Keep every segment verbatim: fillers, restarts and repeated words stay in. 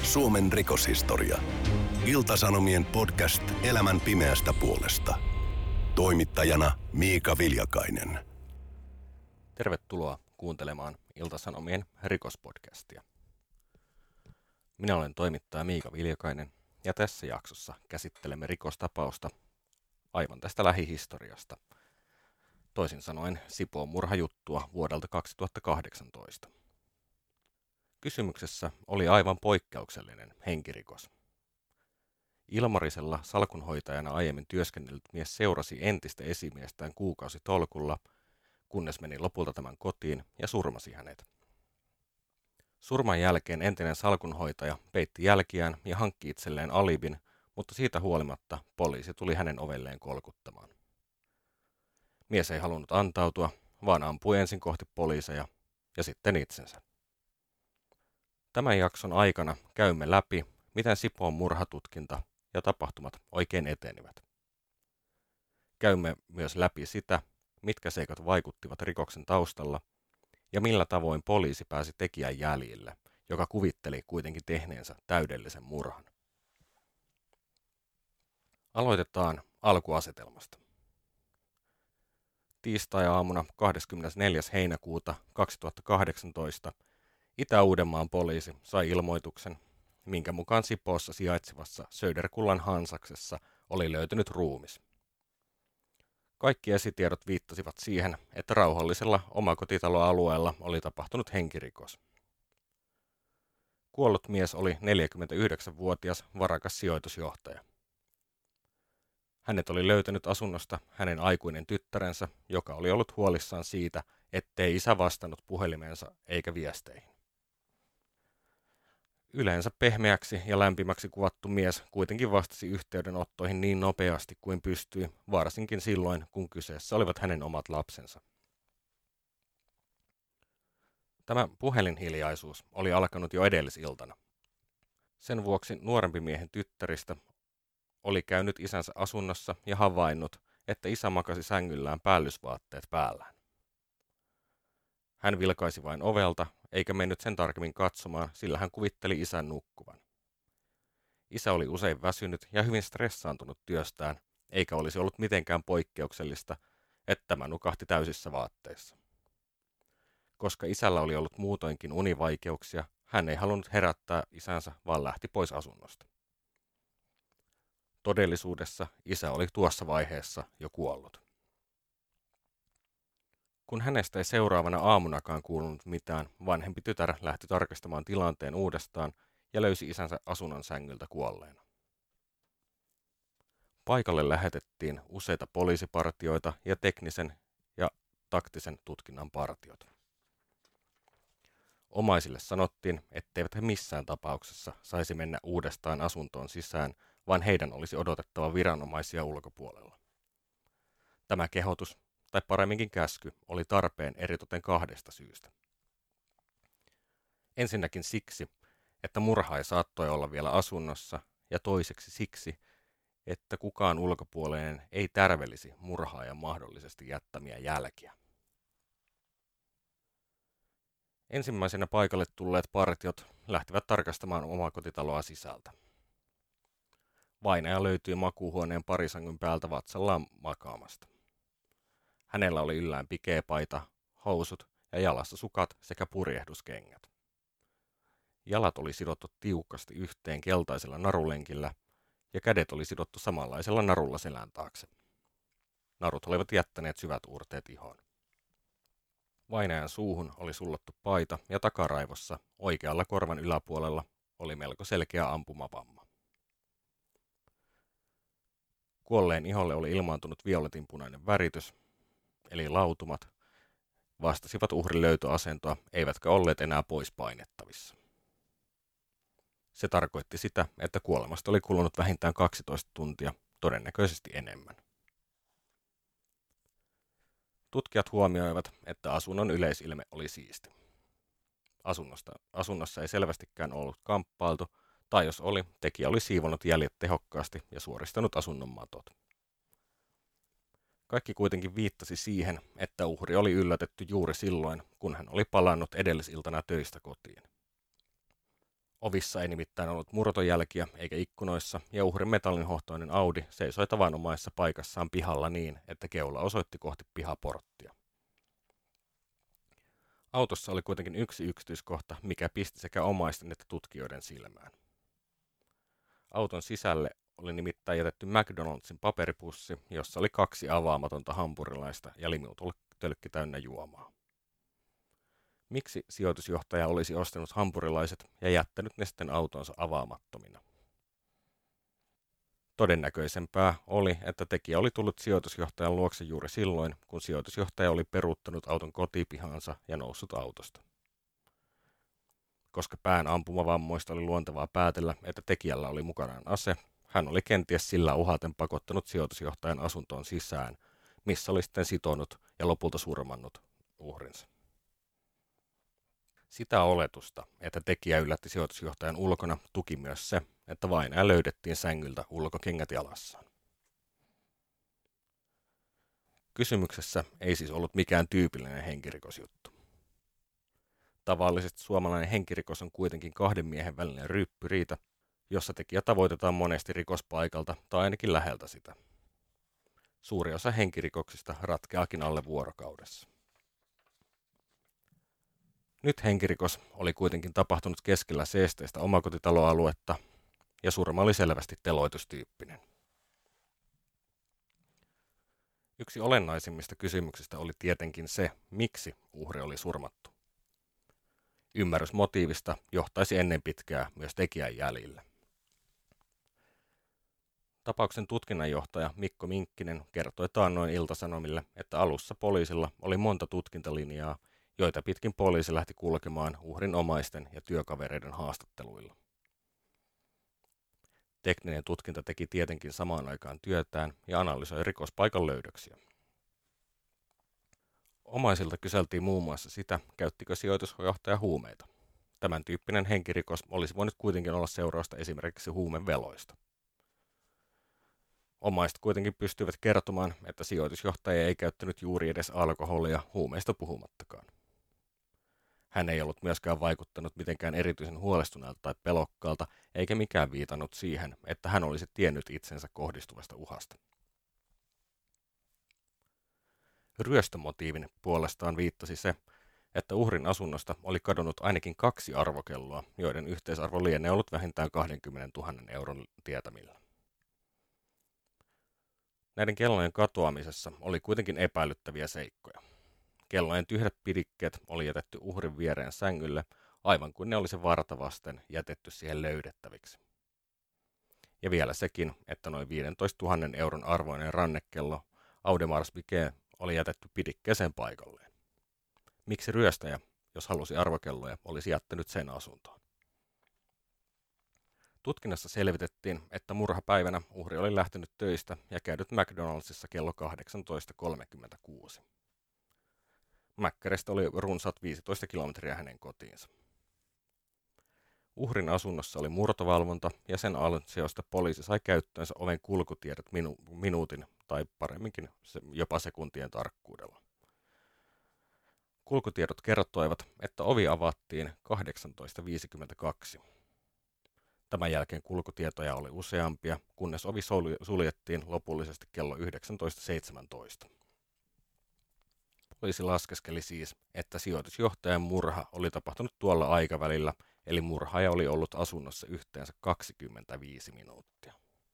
Suomen rikoshistoria. Ilta-Sanomien podcast elämän pimeästä puolesta. Toimittajana Miika Viljakainen. Tervetuloa kuuntelemaan Ilta-Sanomien rikospodcastia. Minä olen toimittaja Miika Viljakainen ja tässä jaksossa käsittelemme rikostapausta aivan tästä lähihistoriasta. Toisin sanoen Sipoon murhajuttua vuodelta kaksituhattakahdeksantoista. Kysymyksessä oli aivan poikkeuksellinen henkirikos. Ilmarisella salkunhoitajana aiemmin työskennellyt mies seurasi entistä esimiestään kuukausitolkulla, kunnes meni lopulta tämän kotiin ja surmasi hänet. Surman jälkeen entinen salkunhoitaja peitti jälkiään ja hankki itselleen alibin, mutta siitä huolimatta poliisi tuli hänen ovelleen kolkuttamaan. Mies ei halunnut antautua, vaan ampui ensin kohti poliiseja ja sitten itsensä. Tämän jakson aikana käymme läpi, miten Sipoon murhatutkinta ja tapahtumat oikein etenivät. Käymme myös läpi sitä, mitkä seikat vaikuttivat rikoksen taustalla ja millä tavoin poliisi pääsi tekijän jäljille, joka kuvitteli kuitenkin tehneensä täydellisen murhan. Aloitetaan alkuasetelmasta. Tiistai-aamuna kahdeskymmenesneljäs heinäkuuta kaksituhattakahdeksantoista Itä-Uudenmaan poliisi sai ilmoituksen, minkä mukaan Sipoossa sijaitsevassa Söderkullan Hansaksessa oli löytynyt ruumis. Kaikki esitiedot viittasivat siihen, että rauhallisella omakotitaloalueella oli tapahtunut henkirikos. Kuollut mies oli neljäkymmentäyhdeksänvuotias varakas sijoitusjohtaja. Hänet oli löytänyt asunnosta hänen aikuinen tyttärensä, joka oli ollut huolissaan siitä, ettei isä vastannut puhelimeensa eikä viesteihin. Yleensä pehmeäksi ja lämpimäksi kuvattu mies kuitenkin vastasi yhteydenottoihin niin nopeasti kuin pystyi, varsinkin silloin, kun kyseessä olivat hänen omat lapsensa. Tämä puhelinhiljaisuus oli alkanut jo edellisiltana. Sen vuoksi nuorempi miehen tyttäristä oli käynyt isänsä asunnossa ja havainnut, että isä makasi sängyllään päällysvaatteet päällään. Hän vilkaisi vain ovelta, eikä mennyt sen tarkemmin katsomaan, sillä hän kuvitteli isän nukkuvan. Isä oli usein väsynyt ja hyvin stressaantunut työstään, eikä olisi ollut mitenkään poikkeuksellista, että tämä nukahti täysissä vaatteissa. Koska isällä oli ollut muutoinkin univaikeuksia, hän ei halunnut herättää isänsä, vaan lähti pois asunnosta. Todellisuudessa isä oli tuossa vaiheessa jo kuollut. Kun hänestä ei seuraavana aamunakaan kuulunut mitään, vanhempi tytär lähti tarkistamaan tilanteen uudestaan ja löysi isänsä asunnon sängyltä kuolleena. Paikalle lähetettiin useita poliisipartioita ja teknisen ja taktisen tutkinnan partiot. Omaisille sanottiin, etteivät he missään tapauksessa saisi mennä uudestaan asuntoon sisään, vaan heidän olisi odotettava viranomaisia ulkopuolella. Tämä kehotus, tai paremminkin käsky, oli tarpeen eritoten kahdesta syystä. Ensinnäkin siksi, että murhaaja saattoi olla vielä asunnossa, ja toiseksi siksi, että kukaan ulkopuolinen ei tärvelisi murhaajan mahdollisesti jättämiä jälkiä. Ensimmäisenä paikalle tulleet partiot lähtivät tarkastamaan omakotitaloa sisältä. Vainaja löytyi makuuhuoneen parisangyn päältä vatsallaan makaamasta. Hänellä oli yllään pikeepaita, housut ja jalassa sukat sekä purjehduskengät. Jalat oli sidottu tiukasti yhteen keltaisella narulenkillä ja kädet oli sidottu samanlaisella narulla selän taakse. Narut olivat jättäneet syvät uurteet ihoon. Vainajan suuhun oli sullottu paita ja takaraivossa oikealla korvan yläpuolella oli melko selkeä ampumavamma. Kuolleen iholle oli ilmaantunut violetinpunainen väritys, eli lautumat, vastasivat uhrin löytöasentoa, eivätkä olleet enää pois painettavissa. Se tarkoitti sitä, että kuolemasta oli kulunut vähintään kaksitoista tuntia, todennäköisesti enemmän. Tutkijat huomioivat, että asunnon yleisilme oli siisti. Asunnosta, asunnossa ei selvästikään ollut kamppailtu, tai jos oli, tekijä oli siivonut jäljet tehokkaasti ja suoristanut asunnon matot. Kaikki kuitenkin viittasi siihen, että uhri oli yllätetty juuri silloin, kun hän oli palannut edellisiltana töistä kotiin. Ovissa ei nimittäin ollut murtojälkiä eikä ikkunoissa, ja uhrin metallinhohtoinen Audi seisoi tavanomaisessa paikassaan pihalla niin, että keula osoitti kohti pihaporttia. Autossa oli kuitenkin yksi yksityiskohta, mikä pisti sekä omaisten että tutkijoiden silmään. Auton sisälle oli nimittäin jätetty McDonaldsin paperipussi, jossa oli kaksi avaamatonta hampurilaista ja limutölkki täynnä juomaa. Miksi sijoitusjohtaja olisi ostanut hampurilaiset ja jättänyt ne sitten autonsa avaamattomina? Todennäköisempää oli, että tekijä oli tullut sijoitusjohtajan luokse juuri silloin, kun sijoitusjohtaja oli peruuttanut auton kotipihaansa ja noussut autosta. Koska pään ampumavammoista oli luontevaa päätellä, että tekijällä oli mukanaan ase, hän oli kenties sillä uhaten pakottanut sijoitusjohtajan asuntoon sisään, missä oli sitten sitonut ja lopulta surmannut uhrinsa. Sitä oletusta, että tekijä yllätti sijoitusjohtajan ulkona, tuki myös se, että vainaja löydettiin sängyltä ulkokengät jalassaan. Kysymyksessä ei siis ollut mikään tyypillinen henkirikosjuttu. Tavallisesti suomalainen henkirikos on kuitenkin kahden miehen välinen ryyppyriita, jossa tekijä tavoitetaan monesti rikospaikalta tai ainakin läheltä sitä. Suuri osa henkirikoksista ratkeakin alle vuorokaudessa. Nyt henkirikos oli kuitenkin tapahtunut keskellä seesteistä omakotitaloaluetta ja surma oli selvästi teloitustyyppinen. Yksi olennaisimmista kysymyksistä oli tietenkin se, miksi uhri oli surmattu. Ymmärrys motiivista johtaisi ennen pitkää myös tekijän jäljille. Tapauksen tutkinnanjohtaja Mikko Minkkinen kertoi taannoin Ilta-Sanomille, että alussa poliisilla oli monta tutkintalinjaa, joita pitkin poliisi lähti kulkemaan uhrin omaisten ja työkavereiden haastatteluilla. Tekninen tutkinta teki tietenkin samaan aikaan työtään ja analysoi rikospaikan löydöksiä. Omaisilta kyseltiin muun muassa sitä, käyttikö sijoitusjohtaja huumeita. Tämän tyyppinen henkirikos olisi voinut kuitenkin olla seurausta esimerkiksi huumeveloista. Omaiset kuitenkin pystyivät kertomaan, että sijoitusjohtaja ei käyttänyt juuri edes alkoholia, huumeista puhumattakaan. Hän ei ollut myöskään vaikuttanut mitenkään erityisen huolestuneelta tai pelokkaalta, eikä mikään viitannut siihen, että hän olisi tiennyt itsensä kohdistuvasta uhasta. Ryöstömotiivin puolestaan viittasi se, että uhrin asunnosta oli kadonnut ainakin kaksi arvokelloa, joiden yhteisarvo lienee ollut vähintään kaksikymmentätuhatta euron tietämillä. Näiden kellojen katoamisessa oli kuitenkin epäilyttäviä seikkoja. Kellojen tyhjät pidikkeet oli jätetty uhrin viereen sängylle, aivan kuin ne olisi varta vasten jätetty siihen löydettäviksi. Ja vielä sekin, että noin viisitoistatuhatta euron arvoinen rannekello Audemars Piguet oli jätetty pidikkeeseen paikalleen. Miksi ryöstäjä, jos halusi arvokelloja, olisi jättänyt sen asuntoon? Tutkinnassa selvitettiin, että murhapäivänä uhri oli lähtenyt töistä ja käynyt McDonaldsissa kello kahdeksantoista kolmekymmentäkuusi. Mäkkäristä oli runsaat viisitoista kilometriä hänen kotiinsa. Uhrin asunnossa oli murtovalvonta ja sen ansiosta poliisi sai käyttöönsä oven kulkutiedot minu- minuutin tai paremminkin se, jopa sekuntien tarkkuudella. Kulkutiedot kertoivat, että ovi avattiin kahdeksantoista viisikymmentäkaksi. Tämän jälkeen kulkutietoja oli useampia, kunnes ovi suljettiin lopullisesti kello yhdeksäntoista seitsemäntoista. Poliisi laskeskeli siis, että sijoitusjohtajan murha oli tapahtunut tuolla aikavälillä, eli murhaaja oli ollut asunnossa yhteensä kaksikymmentäviisi minuuttia.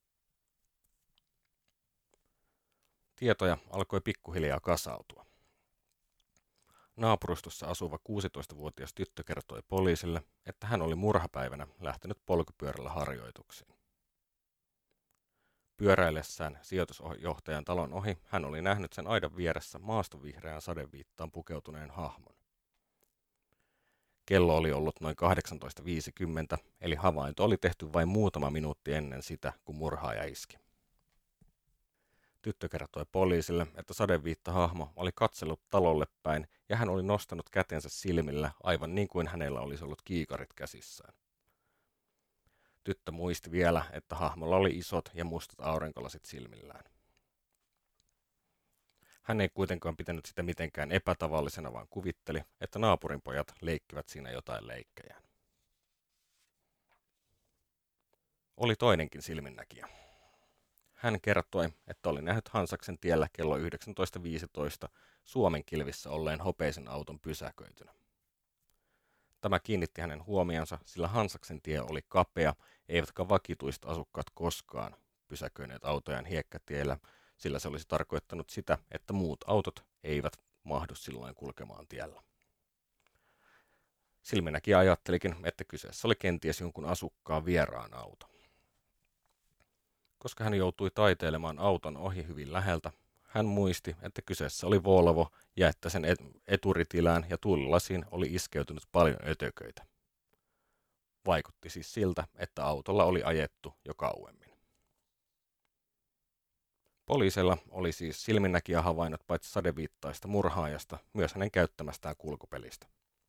Tietoja alkoi pikkuhiljaa kasautua. Naapurustossa asuva kuusitoistavuotias tyttö kertoi poliisille, että hän oli murhapäivänä lähtenyt polkupyörällä harjoituksiin. Pyöräillessään sijoitusjohtajan talon ohi hän oli nähnyt sen aidan vieressä maastovihreään sadeviittaan pukeutuneen hahmon. Kello oli ollut noin kahdeksantoista viisikymmentä, eli havainto oli tehty vain muutama minuutti ennen sitä, kun murhaaja iski. Tyttö kertoi poliisille, että sadeviittahahmo oli katsellut talolle päin ja hän oli nostanut kätensä silmillä aivan niin kuin hänellä olisi ollut kiikarit käsissään. Tyttö muisti vielä, että hahmolla oli isot ja mustat aurinkolasit silmillään. Hän ei kuitenkaan pitänyt sitä mitenkään epätavallisena, vaan kuvitteli, että naapurin pojat leikkivät siinä jotain leikkejään. Oli toinenkin silminnäkijä. Hän kertoi, että oli nähnyt Hansaksen tiellä kello yhdeksäntoista viisitoista Suomen kilvissä olleen hopeisen auton pysäköitynä. Tämä kiinnitti hänen huomionsa, sillä Hansaksen tie oli kapea, eivätkä vakituiset asukkaat koskaan pysäköineet autojaan hiekkatiellä, sillä se olisi tarkoittanut sitä, että muut autot eivät mahdu silloin kulkemaan tiellä. Silminnäkijä ajattelikin, että kyseessä oli kenties jonkun asukkaan vieraan auto. Koska hän joutui taiteilemaan auton ohi hyvin läheltä, hän muisti, että kyseessä oli Volvo ja että sen eturitilään ja tuulilasiin oli iskeytynyt paljon ötököitä. Vaikutti siis siltä, että autolla oli ajettu jo kauemmin. Poliisilla oli siis silminnäkijä havainnot paitsi sadeviittaista murhaajasta, myös hänen käyttämästään kulkupelistä.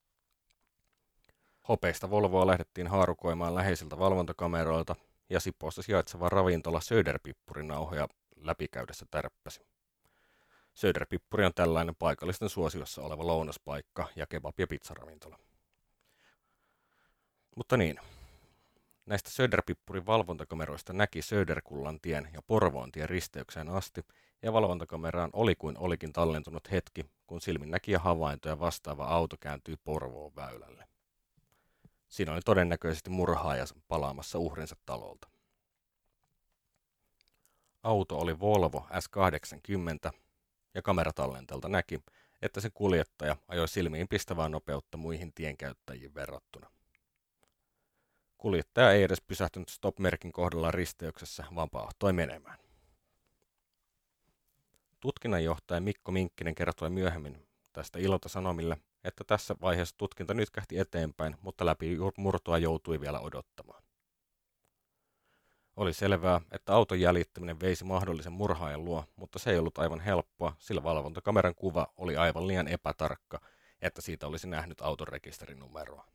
Hopeista Volvoa lähdettiin haarukoimaan läheisiltä valvontakameroilta, ja Sipoossa sijaitseva ravintola Söderpippurin nauhoja läpikäydessä tärppäsi. Söderpippuri on tällainen paikallisten suosiossa oleva lounaspaikka ja kebab- ja pizzaravintola. Mutta niin, näistä Söderpippurin valvontakameroista näki Söderkullantien ja Porvoontien risteykseen asti, ja valvontakameraan oli kuin olikin tallentunut hetki, kun silminnäkijä havaintoja vastaava auto kääntyi Porvoon väylälle. Siinä oli todennäköisesti murhaaja palaamassa uhrinsa talolta. Auto oli Volvo S kahdeksankymmentä, ja kameratallenteelta näki, että sen kuljettaja ajoi silmiin pistävää nopeutta muihin tienkäyttäjiin verrattuna. Kuljettaja ei edes pysähtynyt stop-merkin kohdalla risteyksessä, vaan paahtoi menemään. Tutkinnanjohtaja Mikko Minkkinen kertoi myöhemmin tästä Ilta-Sanomille, että tässä vaiheessa tutkinta nyt kähti eteenpäin, mutta läpi murtoa joutui vielä odottamaan. Oli selvää, että auton jäljittäminen veisi mahdollisen murhaajan luo, mutta se ei ollut aivan helppoa, sillä valvontakameran kuva oli aivan liian epätarkka, että siitä olisi nähnyt auton rekisterinumeroa.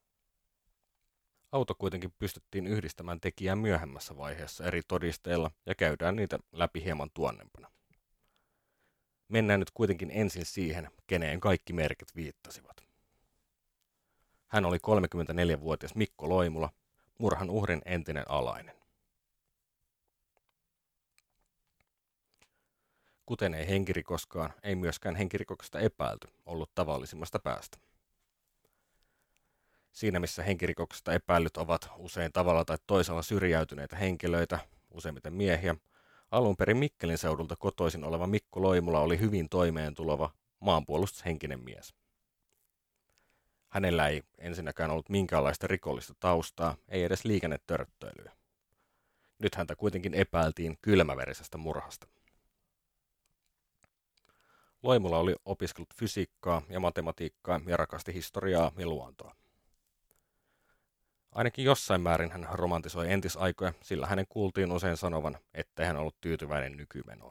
Auto kuitenkin pystyttiin yhdistämään tekijään myöhemmässä vaiheessa eri todisteilla ja käydään niitä läpi hieman tuonnempana. Mennään nyt kuitenkin ensin siihen, keneen kaikki merkit viittasivat. Hän oli kolmekymmentäneljävuotias Mikko Loimula, murhan uhrin entinen alainen. Kuten ei henkirikoskaan, ei myöskään henkirikoksesta epäilty ollut tavallisimmasta päästä. Siinä missä henkirikoksesta epäillyt ovat usein tavalla tai toisella syrjäytyneitä henkilöitä, useimmiten miehiä, alun perin Mikkelin seudulta kotoisin oleva Mikko Loimula oli hyvin toimeentulova, maanpuolustushenkinen mies. Hänellä ei ensinnäkään ollut minkäänlaista rikollista taustaa, ei edes liikennetörttöilyä. Nyt häntä kuitenkin epäiltiin kylmäverisestä murhasta. Loimula oli opiskellut fysiikkaa ja matematiikkaa ja rakasti historiaa ja luontoa. Ainakin jossain määrin hän romantisoi entisaikoja, sillä hänen kuultiin usein sanovan, ettei hän ollut tyytyväinen nykymenoon.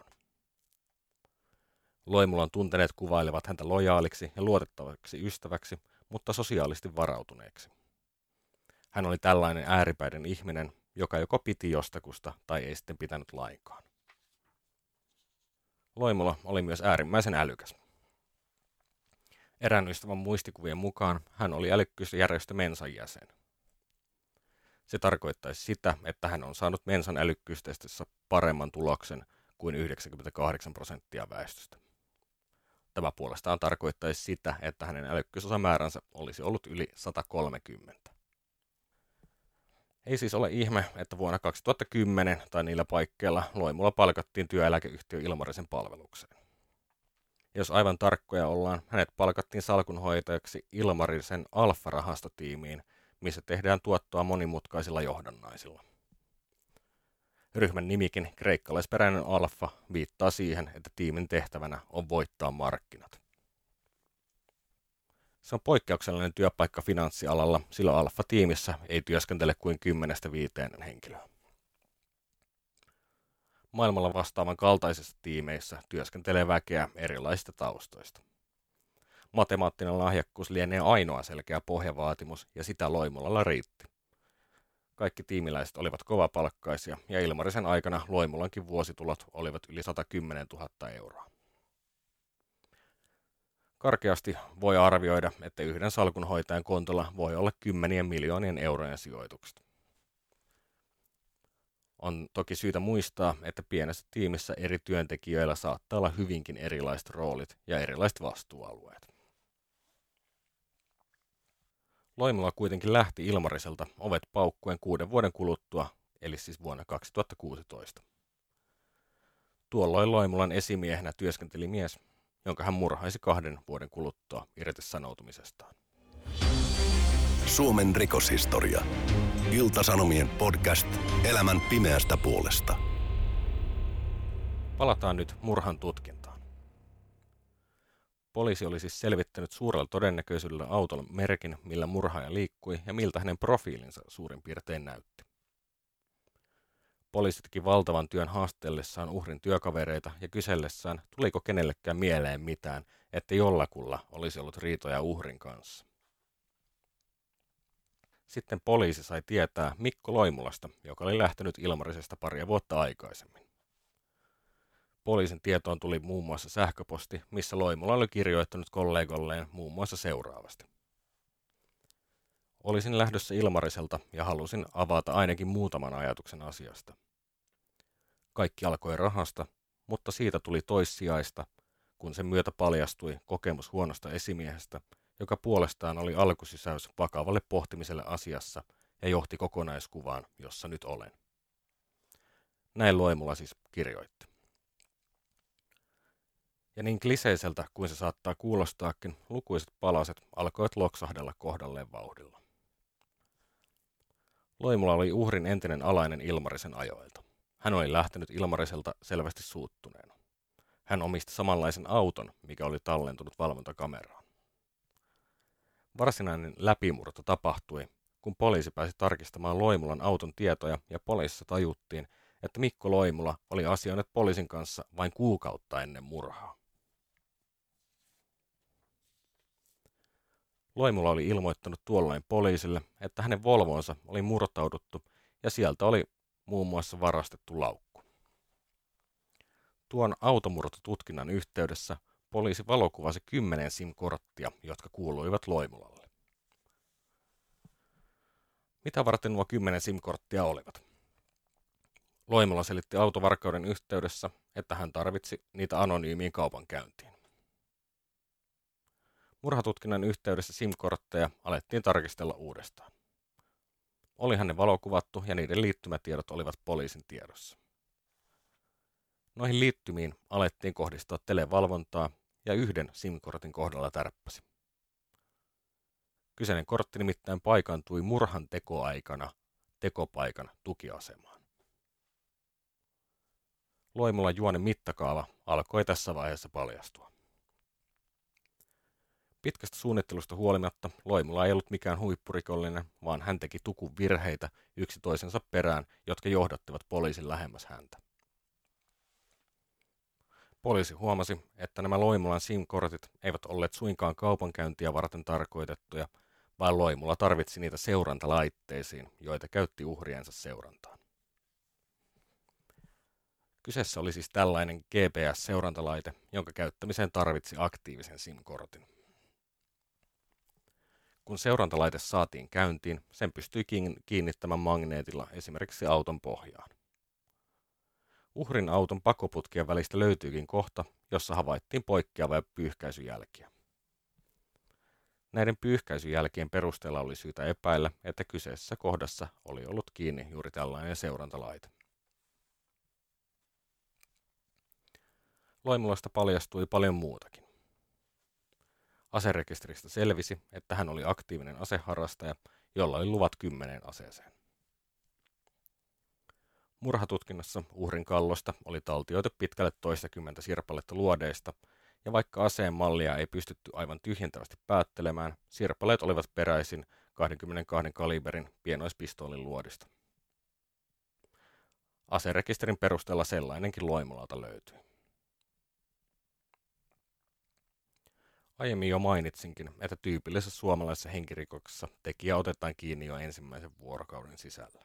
Loimulan tunteneet kuvailevat häntä lojaaliksi ja luotettavaksi ystäväksi, mutta sosiaalisesti varautuneeksi. Hän oli tällainen ääripäiden ihminen, joka joko piti jostakusta tai ei sitten pitänyt lainkaan. Loimula oli myös äärimmäisen älykäs. Erään ystävän muistikuvien mukaan hän oli älykkyysjärjestö Mensan jäsen. Se tarkoittaisi sitä, että hän on saanut Mensan älykkyystestissä paremman tuloksen kuin yhdeksänkymmentäkahdeksan prosenttia väestöstä. Tämä puolestaan tarkoittaisi sitä, että hänen älykkyysosamääränsä olisi ollut yli sata kolmekymmentä. Ei siis ole ihme, että vuonna kaksituhattakymmenen tai niillä paikkeilla Loimula palkattiin työeläkeyhtiö Ilmarisen palvelukseen. Jos aivan tarkkoja ollaan, hänet palkattiin salkunhoitajaksi Ilmarisen Alfa-rahastotiimiin, missä tehdään tuottoa monimutkaisilla johdannaisilla. Ryhmän nimikin, kreikkalaisperäinen Alfa, viittaa siihen, että tiimin tehtävänä on voittaa markkinat. Se on poikkeuksellinen työpaikka finanssialalla, sillä Alfa-tiimissä ei työskentele kuin kymmenestä viiteen henkilöä. Maailmalla vastaavan kaltaisissa tiimeissä työskentelee väkeä erilaisista taustoista. Matemaattinen lahjakkuus lienee ainoa selkeä pohjavaatimus, ja sitä Loimulalla riitti. Kaikki tiimiläiset olivat kovapalkkaisia, ja Ilmarisen aikana Loimulankin vuositulot olivat yli sata kymmentätuhatta euroa. Karkeasti voi arvioida, että yhden salkunhoitajan kontolla voi olla kymmenien miljoonien eurojen sijoitukset. On toki syytä muistaa, että pienessä tiimissä eri työntekijöillä saattaa olla hyvinkin erilaiset roolit ja erilaiset vastuualueet. Loimola kuitenkin lähti Ilmariselta ovet paukkuen kuuden vuoden kuluttua, eli siis vuonna kaksituhattakuusitoista. Tuolloin Loimolan esimiehenä työskenteli mies, jonka hän murhaisi kahden vuoden kuluttua irtisanoutumisestaan. Suomen rikoshistoria. Ilta-Sanomien podcast elämän pimeästä puolesta. Palataan nyt murhan tutkintaan. Poliisi oli siis selvittänyt suurella todennäköisyydellä auton merkin, millä murhaaja liikkui ja miltä hänen profiilinsa suurin piirtein näytti. Poliisi teki valtavan työn haastellessaan uhrin työkavereita ja kysellessään, tuliko kenellekään mieleen mitään, että jollakulla olisi ollut riitoja uhrin kanssa. Sitten poliisi sai tietää Mikko Loimulasta, joka oli lähtenyt Ilmarisesta paria vuotta aikaisemmin. Poliisin tietoon tuli muun muassa sähköposti, missä Loimula oli kirjoittanut kollegolleen muun muassa seuraavasti. Olisin lähdössä Ilmariselta ja halusin avata ainakin muutaman ajatuksen asiasta. Kaikki alkoi rahasta, mutta siitä tuli toissijaista, kun sen myötä paljastui kokemus huonosta esimiehestä, joka puolestaan oli alkusysäys vakavalle pohtimiselle asiassa ja johti kokonaiskuvaan, jossa nyt olen. Näin Loimula siis kirjoitti. Ja niin kliseiseltä kuin se saattaa kuulostaakin, lukuiset palaset alkoivat loksahdella kohdalleen vauhdilla. Loimula oli uhrin entinen alainen Ilmarisen ajoilta. Hän oli lähtenyt Ilmariselta selvästi suuttuneena. Hän omisti samanlaisen auton, mikä oli tallentunut valvontakameraan. Varsinainen läpimurto tapahtui, kun poliisi pääsi tarkistamaan Loimulan auton tietoja ja poliisissa tajuttiin, että Mikko Loimula oli asioinut poliisin kanssa vain kuukautta ennen murhaa. Loimula oli ilmoittanut tuolloin poliisille, että hänen Volvoonsa oli murtauduttu ja sieltä oli muun muassa varastettu laukku. Tuon automurtotutkinnan yhteydessä poliisi valokuvasi kymmenen SIM-korttia, jotka kuuluivat Loimulalle. Mitä varten nuo kymmenen SIM-korttia olivat? Loimula selitti autovarkauden yhteydessä, että hän tarvitsi niitä anonyymiin kaupankäyntiin. Murhatutkinnan yhteydessä SIM-kortteja alettiin tarkistella uudestaan. Olihan ne valokuvattu ja niiden liittymätiedot olivat poliisin tiedossa. Noihin liittymiin alettiin kohdistaa televalvontaa ja yhden SIM-kortin kohdalla tärppäsi. Kyseinen kortti nimittäin paikantui murhan tekoaikana tekopaikan tukiasemaan. Loimulan juonen mittakaava alkoi tässä vaiheessa paljastua. Pitkästä suunnittelusta huolimatta Loimula ei ollut mikään huippurikollinen, vaan hän teki tukun virheitä yksi toisensa perään, jotka johdattivat poliisin lähemmäs häntä. Poliisi huomasi, että nämä Loimulan SIM-kortit eivät olleet suinkaan kaupankäyntiä varten tarkoitettuja, vaan Loimula tarvitsi niitä seurantalaitteisiin, joita käytti uhriensa seurantaan. Kyseessä oli siis tällainen G P S-seurantalaite, jonka käyttämiseen tarvitsi aktiivisen SIM-kortin. Kun seurantalaite saatiin käyntiin, sen pystyi kiinnittämään magneetilla esimerkiksi auton pohjaan. Uhrin auton pakoputkien välistä löytyykin kohta, jossa havaittiin poikkeavia pyyhkäisyjälkiä. Näiden pyyhkäisyjälkien perusteella oli syytä epäillä, että kyseisessä kohdassa oli ollut kiinni juuri tällainen seurantalaite. Loimulasta paljastui paljon muutakin. Aserekisteristä selvisi, että hän oli aktiivinen aseharrastaja, jolla oli luvat kymmeneen aseeseen. Murhatutkinnassa uhrin kallosta oli taltioitu pitkälle toistakymmentä sirpaletta luodeista, ja vaikka aseen mallia ei pystytty aivan tyhjentävästi päättelemään, sirpaleet olivat peräisin kaksikymmentäkaksi kaliberin pienoispistoolin luodista. Aserekisterin perusteella sellainenkin Loimulalta löytyi. Aiemmin jo mainitsinkin, että tyypillisessä suomalaisessa henkirikoksessa tekijä otetaan kiinni jo ensimmäisen vuorokauden sisällä.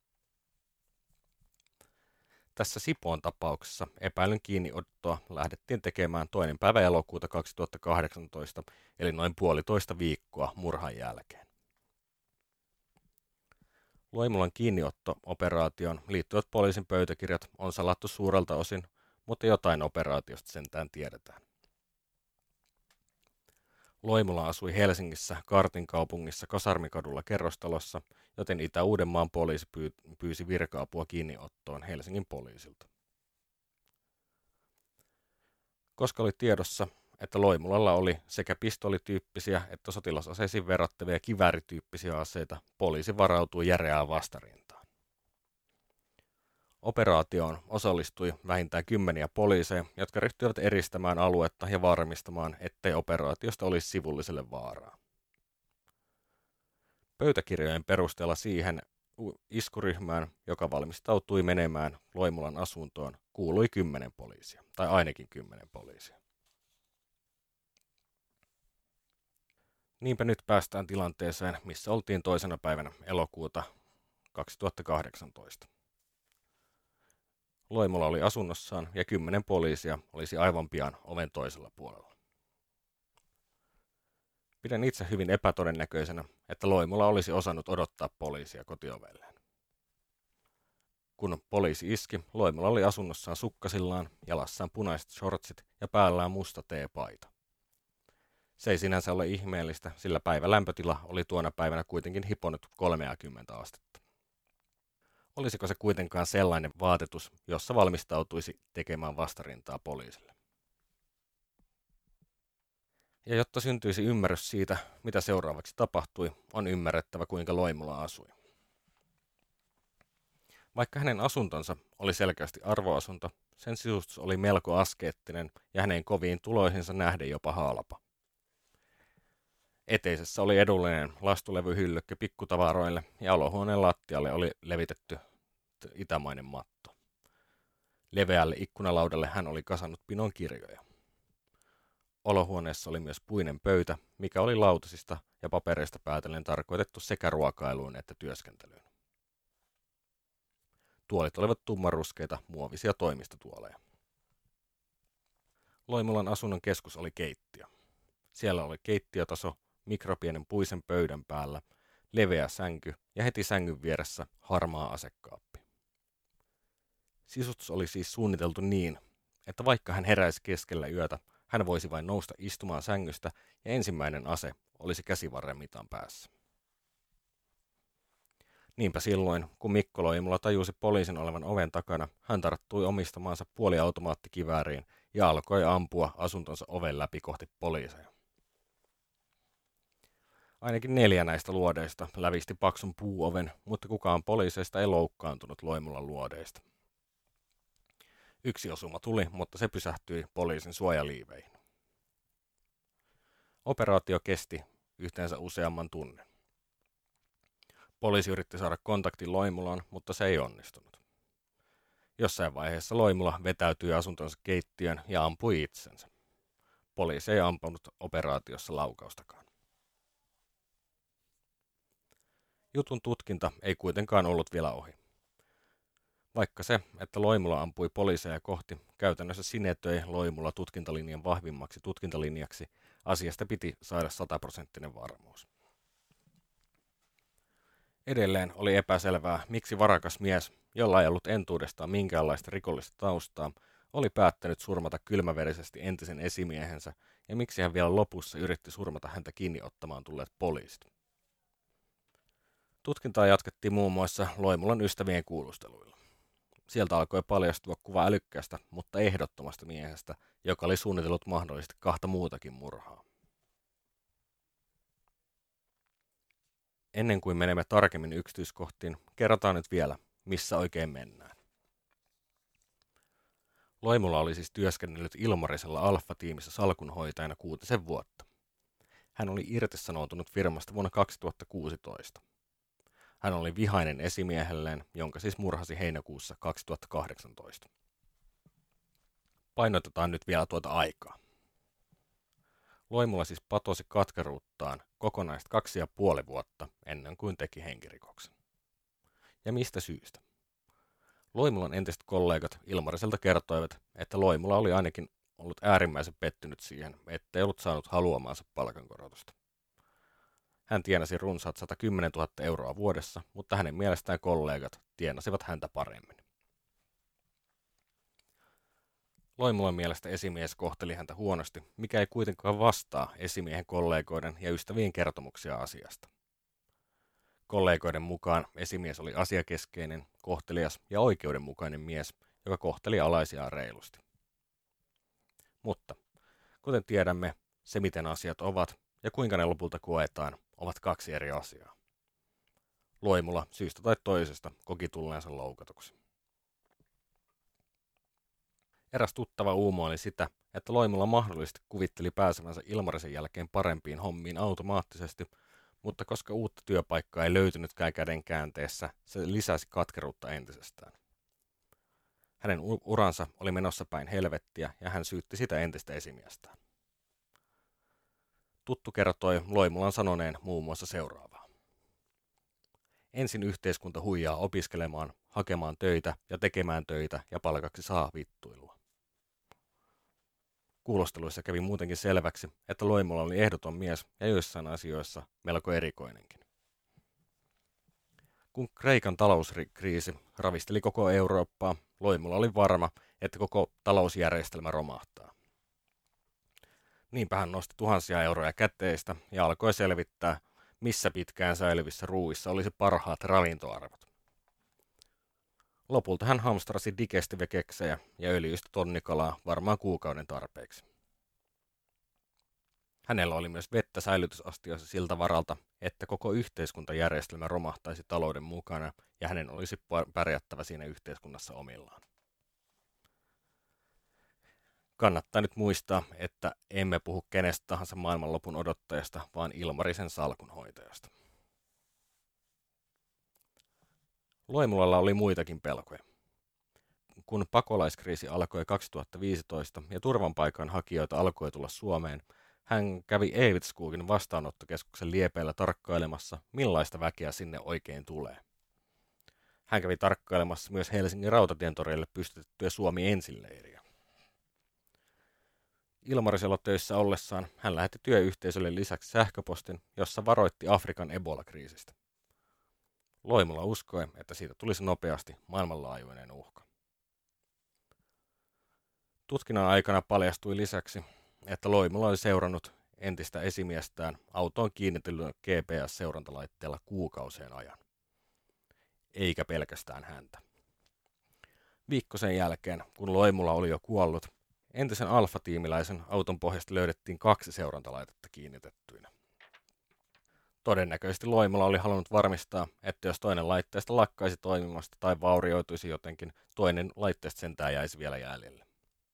Tässä Sipoon tapauksessa epäilyn kiinniottoa lähdettiin tekemään toinen päivä elokuuta kaksituhattakahdeksantoista, eli noin puolitoista viikkoa murhan jälkeen. Loimulan kiinniotto-operaatioon liittyvät poliisin pöytäkirjat on salattu suurelta osin, mutta jotain operaatiosta sentään tiedetään. Loimula asui Helsingissä Kaartin kaupungissa Kasarmikadulla kerrostalossa, joten Itä-Uudenmaan poliisi pyysi virka-apua kiinniottoon Helsingin poliisilta. Koska oli tiedossa, että Loimulalla oli sekä pistolityyppisiä että sotilasaseisiin verrattavia kiväärityyppisiä aseita, poliisi varautui järeään vastarintaan. Operaatioon osallistui vähintään kymmeniä poliiseja, jotka ryhtyivät eristämään aluetta ja varmistamaan, ettei operaatiosta olisi sivulliselle vaaraa. Pöytäkirjojen perusteella siihen iskuryhmään, joka valmistautui menemään Loimulan asuntoon, kuului kymmenen poliisia, tai ainakin kymmenen poliisia. Niinpä nyt päästään tilanteeseen, missä oltiin toisena päivänä elokuuta kaksituhattakahdeksantoista. Loimula oli asunnossaan ja kymmenen poliisia olisi aivan pian oven toisella puolella. Pidän itse hyvin epätodennäköisenä, että Loimula olisi osannut odottaa poliisia kotiovelleen. Kun poliisi iski, Loimula oli asunnossaan sukkasillaan, jalassaan punaiset shortsit ja päällään musta teepaita. Se ei sinänsä ole ihmeellistä, sillä päivän lämpötila oli tuona päivänä kuitenkin hiponut kolmekymmentä astetta. Olisiko se kuitenkaan sellainen vaatetus, jossa valmistautuisi tekemään vastarintaa poliisille? Ja jotta syntyisi ymmärrys siitä, mitä seuraavaksi tapahtui, on ymmärrettävä, kuinka Loimula asui. Vaikka hänen asuntonsa oli selkeästi arvoasunto, sen sisustus oli melko askeettinen ja hänen koviin tuloihinsa nähden jopa halpa. Eteisessä oli edullinen lastulevyhyllykkö pikkutavaroille ja olohuoneen lattialle oli levitetty itämainen matto. Leveälle ikkunalaudalle hän oli kasannut pinon kirjoja. Olohuoneessa oli myös puinen pöytä, mikä oli lautasista ja papereista päätellen tarkoitettu sekä ruokailuun että työskentelyyn. Tuolit olivat tummanruskeita muovisia toimistotuoleja. Loimulan asunnon keskus oli keittiö. Siellä oli keittiötaso mikropienen puisen pöydän päällä, leveä sänky ja heti sängyn vieressä harmaa asekaappi. Sisustus oli siis suunniteltu niin, että vaikka hän heräisi keskellä yötä, hän voisi vain nousta istumaan sängystä ja ensimmäinen ase olisi käsivarren mitan päässä. Niinpä silloin, kun Mikko Loimula tajusi poliisin olevan oven takana, hän tarttui omistamaansa puoliautomaattikivääriin ja alkoi ampua asuntonsa oven läpi kohti poliiseja. Ainakin neljä näistä luodeista lävisti paksun puuoven, mutta kukaan poliiseista ei loukkaantunut Loimulan luodeista. Yksi osuma tuli, mutta se pysähtyi poliisin suojaliiveihin. Operaatio kesti yhteensä useamman tunnin. Poliisi yritti saada kontaktin Loimulaan, mutta se ei onnistunut. Jossain vaiheessa Loimula vetäytyi asuntonsa keittiöön ja ampui itsensä. Poliisi ei ampunut operaatiossa laukaustakaan. Jutun tutkinta ei kuitenkaan ollut vielä ohi. Vaikka se, että Loimula ampui poliiseja kohti, käytännössä sinetöi Loimula tutkintalinjan vahvimmaksi tutkintalinjaksi, asiasta piti saada sataprosenttinen varmuus. Edelleen oli epäselvää, miksi varakas mies, jolla ei ollut entuudestaan minkäänlaista rikollista taustaa, oli päättänyt surmata kylmäverisesti entisen esimiehensä ja miksi hän vielä lopussa yritti surmata häntä kiinni ottamaan tulleet poliisit. Tutkintaa jatkettiin muun muassa Loimulan ystävien kuulusteluilla. Sieltä alkoi paljastua kuva älykkäästä, mutta ehdottomasta miehestä, joka oli suunnitellut mahdollisesti kahta muutakin murhaa. Ennen kuin menemme tarkemmin yksityiskohtiin, kerrotaan nyt vielä, missä oikein mennään. Loimula oli siis työskennellyt Ilmarisella Alfa-tiimissä salkunhoitajana kuutisen vuotta. Hän oli irtisanoutunut firmasta vuonna kaksituhattakuusitoista. Hän oli vihainen esimiehelleen, jonka siis murhasi heinäkuussa kaksituhattakahdeksantoista. Painotetaan nyt vielä tuota aikaa. Loimula siis patosi katkeruuttaan kokonaista kaksi ja puoli vuotta ennen kuin teki henkirikoksen. Ja mistä syystä? Loimulan entiset kollegat Ilmariselta kertoivat, että Loimula oli ainakin ollut äärimmäisen pettynyt siihen, ettei ollut saanut haluamaansa palkankorotusta. Hän tienasi runsaat sata kymmenen tuhatta euroa vuodessa, mutta hänen mielestään kollegat tienasivat häntä paremmin. Loimulan mielestä esimies kohteli häntä huonosti, mikä ei kuitenkaan vastaa esimiehen kollegoiden ja ystävien kertomuksia asiasta. Kollegoiden mukaan esimies oli asiakeskeinen, kohtelias ja oikeudenmukainen mies, joka kohteli alaisiaan reilusti. Mutta, kuten tiedämme, se miten asiat ovat ja kuinka ne lopulta koetaan, ovat kaksi eri asiaa. Loimula syystä tai toisesta koki tulleensa loukatuksi. Eräs tuttava uumoili sitä, että Loimula mahdollisesti kuvitteli pääsevänsä Ilmarisen jälkeen parempiin hommiin automaattisesti, mutta koska uutta työpaikkaa ei löytynytkään käden käänteessä, se lisäsi katkeruutta entisestään. Hänen uransa oli menossa päin helvettiä ja hän syytti sitä entistä esimiestään. Tuttu kertoi Loimulan sanoneen muun muassa seuraavaa. Ensin yhteiskunta huijaa opiskelemaan, hakemaan töitä ja tekemään töitä ja palkaksi saa vittuilua. Kuulosteluissa kävi muutenkin selväksi, että Loimula oli ehdoton mies ja joissain asioissa melko erikoinenkin. Kun Kreikan talouskriisi ravisteli koko Eurooppaa, Loimula oli varma, että koko talousjärjestelmä romahtaa. Niinpä hän nosti tuhansia euroja käteistä ja alkoi selvittää, missä pitkään säilyvissä ruuissa olisi parhaat ravintoarvot. Lopulta hän hamstrasi digestive-keksejä ja öljyistä tonnikalaa varmaan kuukauden tarpeeksi. Hänellä oli myös vettä säilytysastioissa siltä varalta, että koko yhteiskuntajärjestelmä romahtaisi talouden mukana ja hänen olisi pärjättävä siinä yhteiskunnassa omillaan. Kannattaa nyt muistaa, että emme puhu kenestä tahansa maailmanlopun odottajasta, vaan Ilmarisen salkunhoitajasta. Loimulalla oli muitakin pelkoja. Kun pakolaiskriisi alkoi kaksituhattaviisitoista ja turvanpaikan hakijoita alkoi tulla Suomeen, hän kävi Eivitskogin vastaanottokeskuksen liepeillä tarkkailemassa, millaista väkeä sinne oikein tulee. Hän kävi tarkkailemassa myös Helsingin rautatientorille pystytettyä Suomi ensin-leiriä. Ilmarisella töissä ollessaan hän lähetti työyhteisölle lisäksi sähköpostin, jossa varoitti Afrikan Ebola-kriisistä. Loimula uskoi, että siitä tulisi nopeasti maailmanlaajuinen uhka. Tutkinnan aikana paljastui lisäksi, että Loimula oli seurannut entistä esimiestään autoon kiinnitetyllä G P S-seurantalaitteella kuukausien ajan. Eikä pelkästään häntä. Viikko sen jälkeen, kun Loimula oli jo kuollut, entisen alfa-tiimiläisen auton pohjasta löydettiin kaksi seurantalaitetta kiinnitettyinä. Todennäköisesti Loimula oli halunnut varmistaa, että jos toinen laitteesta lakkaisi toimimasta tai vaurioituisi jotenkin, toinen laitteesta sentään jäisi vielä jäljelle.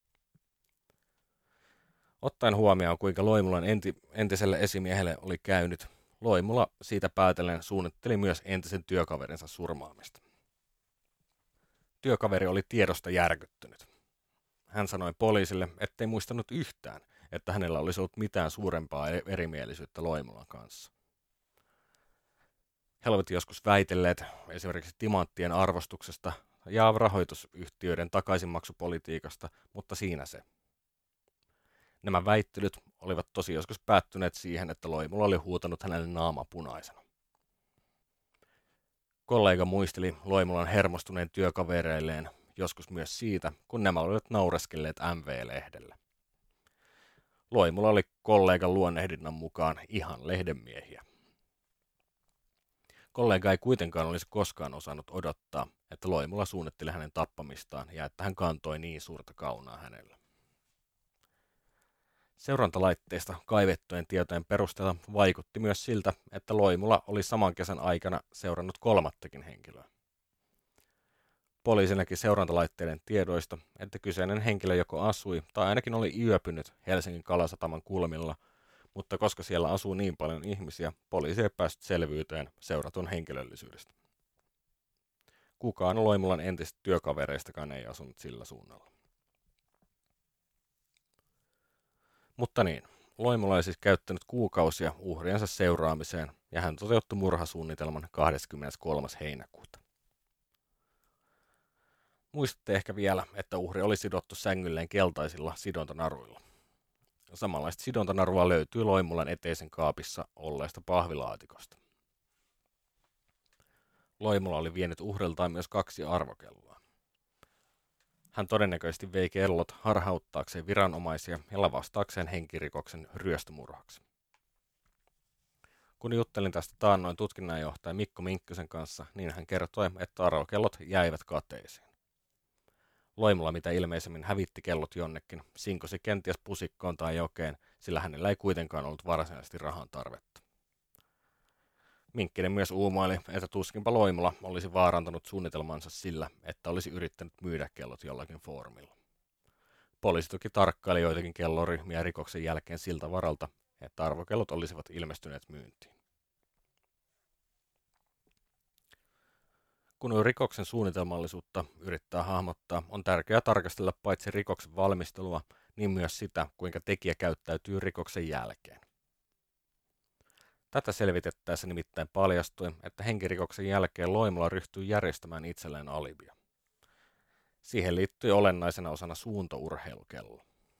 Ottaen huomioon, kuinka Loimulan enti, entiselle esimiehelle oli käynyt, Loimula siitä päätellen suunnitteli myös entisen työkaverinsa surmaamista. Työkaveri oli tiedosta järkyttynyt. Hän sanoi poliisille, ettei muistanut yhtään, että hänellä olisi ollut mitään suurempaa erimielisyyttä Loimulan kanssa. He olivat joskus väitelleet esimerkiksi timanttien arvostuksesta ja rahoitusyhtiöiden takaisinmaksupolitiikasta, mutta siinä se. Nämä väittelyt olivat tosi joskus päättyneet siihen, että Loimula oli huutanut hänelle naama punaisena. Kollega muisteli Loimulan hermostuneen työkavereilleen joskus myös siitä, kun nämä olivat naureskelleet M V-lehdellä. Loimula oli kollegan luonnehdinnan mukaan ihan lehdenmiehiä. Kollega ei kuitenkaan olisi koskaan osannut odottaa, että Loimula suunnitteli hänen tappamistaan ja että hän kantoi niin suurta kaunaa hänellä. Seurantalaitteista kaivettujen tietojen perusteella vaikutti myös siltä, että Loimula oli saman kesän aikana seurannut kolmattakin henkilöä. Poliisi näki seurantalaitteiden tiedoista, että kyseinen henkilö joko asui tai ainakin oli yöpynyt Helsingin Kalasataman kulmilla, mutta koska siellä asuu niin paljon ihmisiä, poliisi ei päässyt selvyyteen seuratun henkilöllisyydestä. Kukaan Loimulan entisistä työkavereistakaan ei asunut sillä suunnalla. Mutta niin, Loimula oli siis käyttänyt kuukausia uhriensa seuraamiseen ja hän toteutti murhasuunnitelman kahdeskymmeneskolmas heinäkuuta. Muistatte ehkä vielä, että uhri oli sidottu sängylleen keltaisilla sidontanaruilla. Samanlaista sidontanarua löytyy Loimulan eteisen kaapissa olleesta pahvilaatikosta. Loimula oli vienyt uhriltaan myös kaksi arvokelloa. Hän todennäköisesti vei kellot harhauttaakseen viranomaisia ja lavastaakseen henkirikoksen ryöstömurhaksi. Kun juttelin tästä taannoin tutkinnanjohtaja Mikko Minkkösen kanssa, niin hän kertoi, että arvokellot jäivät kateisiin. Loimula mitä ilmeisemmin hävitti kellot jonnekin, sinkosi kenties pusikkoon tai jokeen, sillä hänellä ei kuitenkaan ollut varsinaisesti rahan tarvetta. Minkkinen myös uumoili, että tuskinpa Loimula olisi vaarantanut suunnitelmansa sillä, että olisi yrittänyt myydä kellot jollakin foorumilla. Poliisi toki tarkkaili joitakin kelloryhmiä rikoksen jälkeen siltä varalta, että arvokellot olisivat ilmestyneet myyntiin. Kun rikoksen suunnitelmallisuutta yrittää hahmottaa, on tärkeää tarkastella paitsi rikoksen valmistelua, niin myös sitä, kuinka tekijä käyttäytyy rikoksen jälkeen. Tätä selvitettäessä nimittäin paljastui, että henkirikoksen jälkeen Loimula ryhtyi järjestämään itselleen alibia. Siihen liittyi olennaisena osana suuntaurheilukello.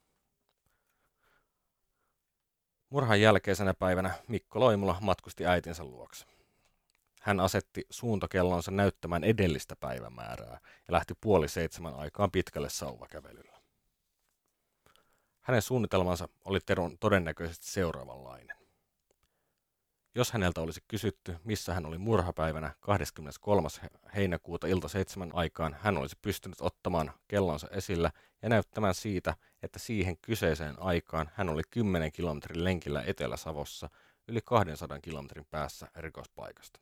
Murhan jälkeisenä päivänä Mikko Loimula matkusti äitinsä luokse. Hän asetti suuntokellonsa näyttämään edellistä päivämäärää ja lähti puoli seitsemän aikaan pitkälle sauvakävelyllä. Hänen suunnitelmansa oli todennäköisesti seuraavanlainen. Jos häneltä olisi kysytty, missä hän oli murhapäivänä kahdeskymmeneskolmas heinäkuuta ilta seitsemän aikaan, hän olisi pystynyt ottamaan kellonsa esillä ja näyttämään siitä, että siihen kyseiseen aikaan hän oli kymmenen kilometrin lenkillä Etelä-Savossa yli kahdensadan kilometrin päässä rikospaikasta.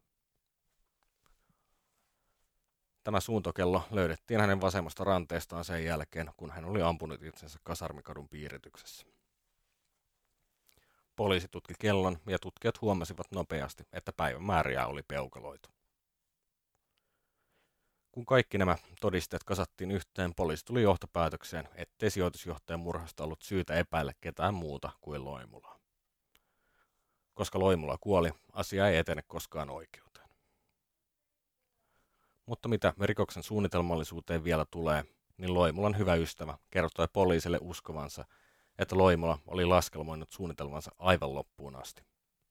Tämä suuntokello löydettiin hänen vasemmasta ranteestaan sen jälkeen, kun hän oli ampunut itsensä Kasarmikadun piirityksessä. Poliisi tutki kellon ja tutkijat huomasivat nopeasti, että päivämääriä oli peukaloitu. Kun kaikki nämä todisteet kasattiin yhteen, poliisi tuli johtopäätökseen, ettei sijoitusjohtajan murhasta ollut syytä epäillä ketään muuta kuin Loimulaa. Koska Loimula kuoli, asia ei etene koskaan oikeuteen. Mutta mitä rikoksen suunnitelmallisuuteen vielä tulee, niin Loimulan hyvä ystävä kertoi poliisille uskovansa, että Loimula oli laskelmoinut suunnitelmansa aivan loppuun asti.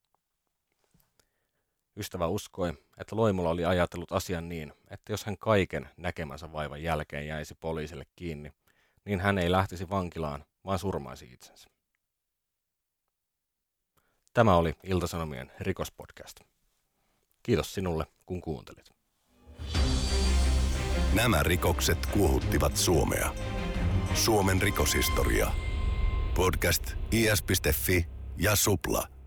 Ystävä uskoi, että Loimula oli ajatellut asian niin, että jos hän kaiken näkemänsä vaivan jälkeen jäisi poliisille kiinni, niin hän ei lähtisi vankilaan, vaan surmaisi itsensä. Tämä oli Ilta-Sanomien rikospodcast. Kiitos sinulle, kun kuuntelit. Nämä rikokset kuohuttivat Suomea. Suomen rikoshistoria. Podcast i s piste f i ja Supla.